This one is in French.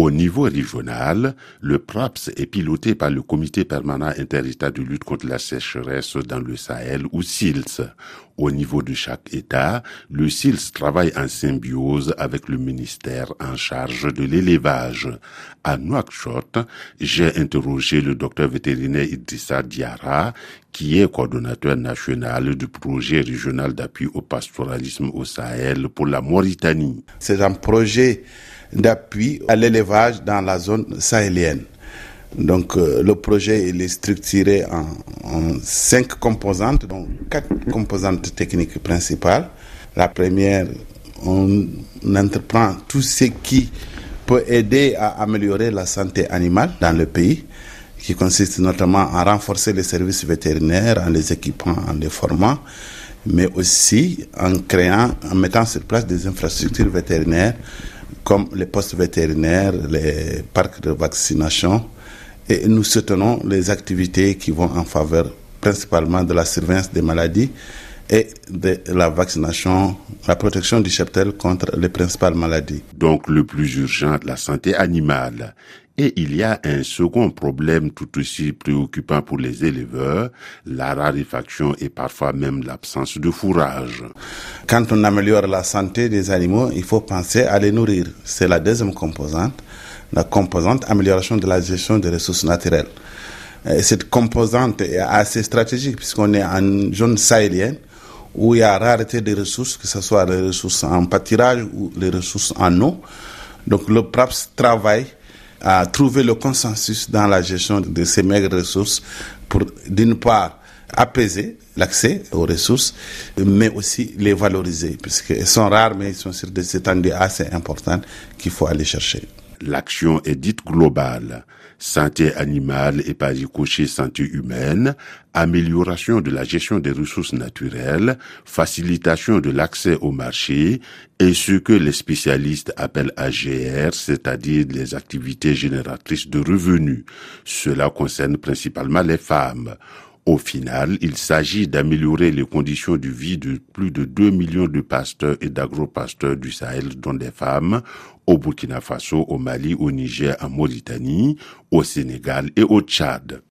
Au niveau régional, le PRAPS est piloté par le Comité permanent inter-État de lutte contre la sécheresse dans le Sahel ou SILS. Au niveau de chaque État, le SILS travaille en symbiose avec le ministère en charge de l'élevage. À Nouakchott, j'ai interrogé le docteur vétérinaire Idrissa Diarra, qui est coordonnateur national du projet régional d'appui au pastoralisme au Sahel pour la Mauritanie. C'est un projet d'appui à l'élevage dans la zone sahélienne. Donc le projet il est structuré en 5 composantes, donc 4 composantes techniques principales. La première, on entreprend tout ce qui peut aider à améliorer la santé animale dans le pays, qui consiste notamment à renforcer les services vétérinaires, en les équipant, en les formant, mais aussi en mettant sur place des infrastructures vétérinaires comme les postes vétérinaires, les parcs de vaccination, et nous soutenons les activités qui vont en faveur principalement de la surveillance des maladies et de la vaccination, la protection du cheptel contre les principales maladies. Donc le plus urgent, la santé animale. Et il y a un second problème tout aussi préoccupant pour les éleveurs, la raréfaction et parfois même l'absence de fourrage. Quand on améliore la santé des animaux, il faut penser à les nourrir. C'est la deuxième composante, la composante amélioration de la gestion des ressources naturelles. Et cette composante est assez stratégique puisqu'on est en zone sahélienne où il y a rareté des ressources, que ce soit les ressources en pâturage ou les ressources en eau. Donc le PRAPS travaille à trouver le consensus dans la gestion de ces maigres ressources pour, d'une part, apaiser l'accès aux ressources, mais aussi les valoriser, puisqu'elles sont rares, mais elles sont sur des étendues assez importantes qu'il faut aller chercher. L'action est dite globale. Santé animale et par ricochet santé humaine, amélioration de la gestion des ressources naturelles, facilitation de l'accès au marché et ce que les spécialistes appellent AGR, c'est-à-dire les activités génératrices de revenus. Cela concerne principalement les femmes. Au final, il s'agit d'améliorer les conditions de vie de plus de 2 millions de pasteurs et d'agro-pasteurs du Sahel, dont des femmes, au Burkina Faso, au Mali, au Niger, en Mauritanie, au Sénégal et au Tchad.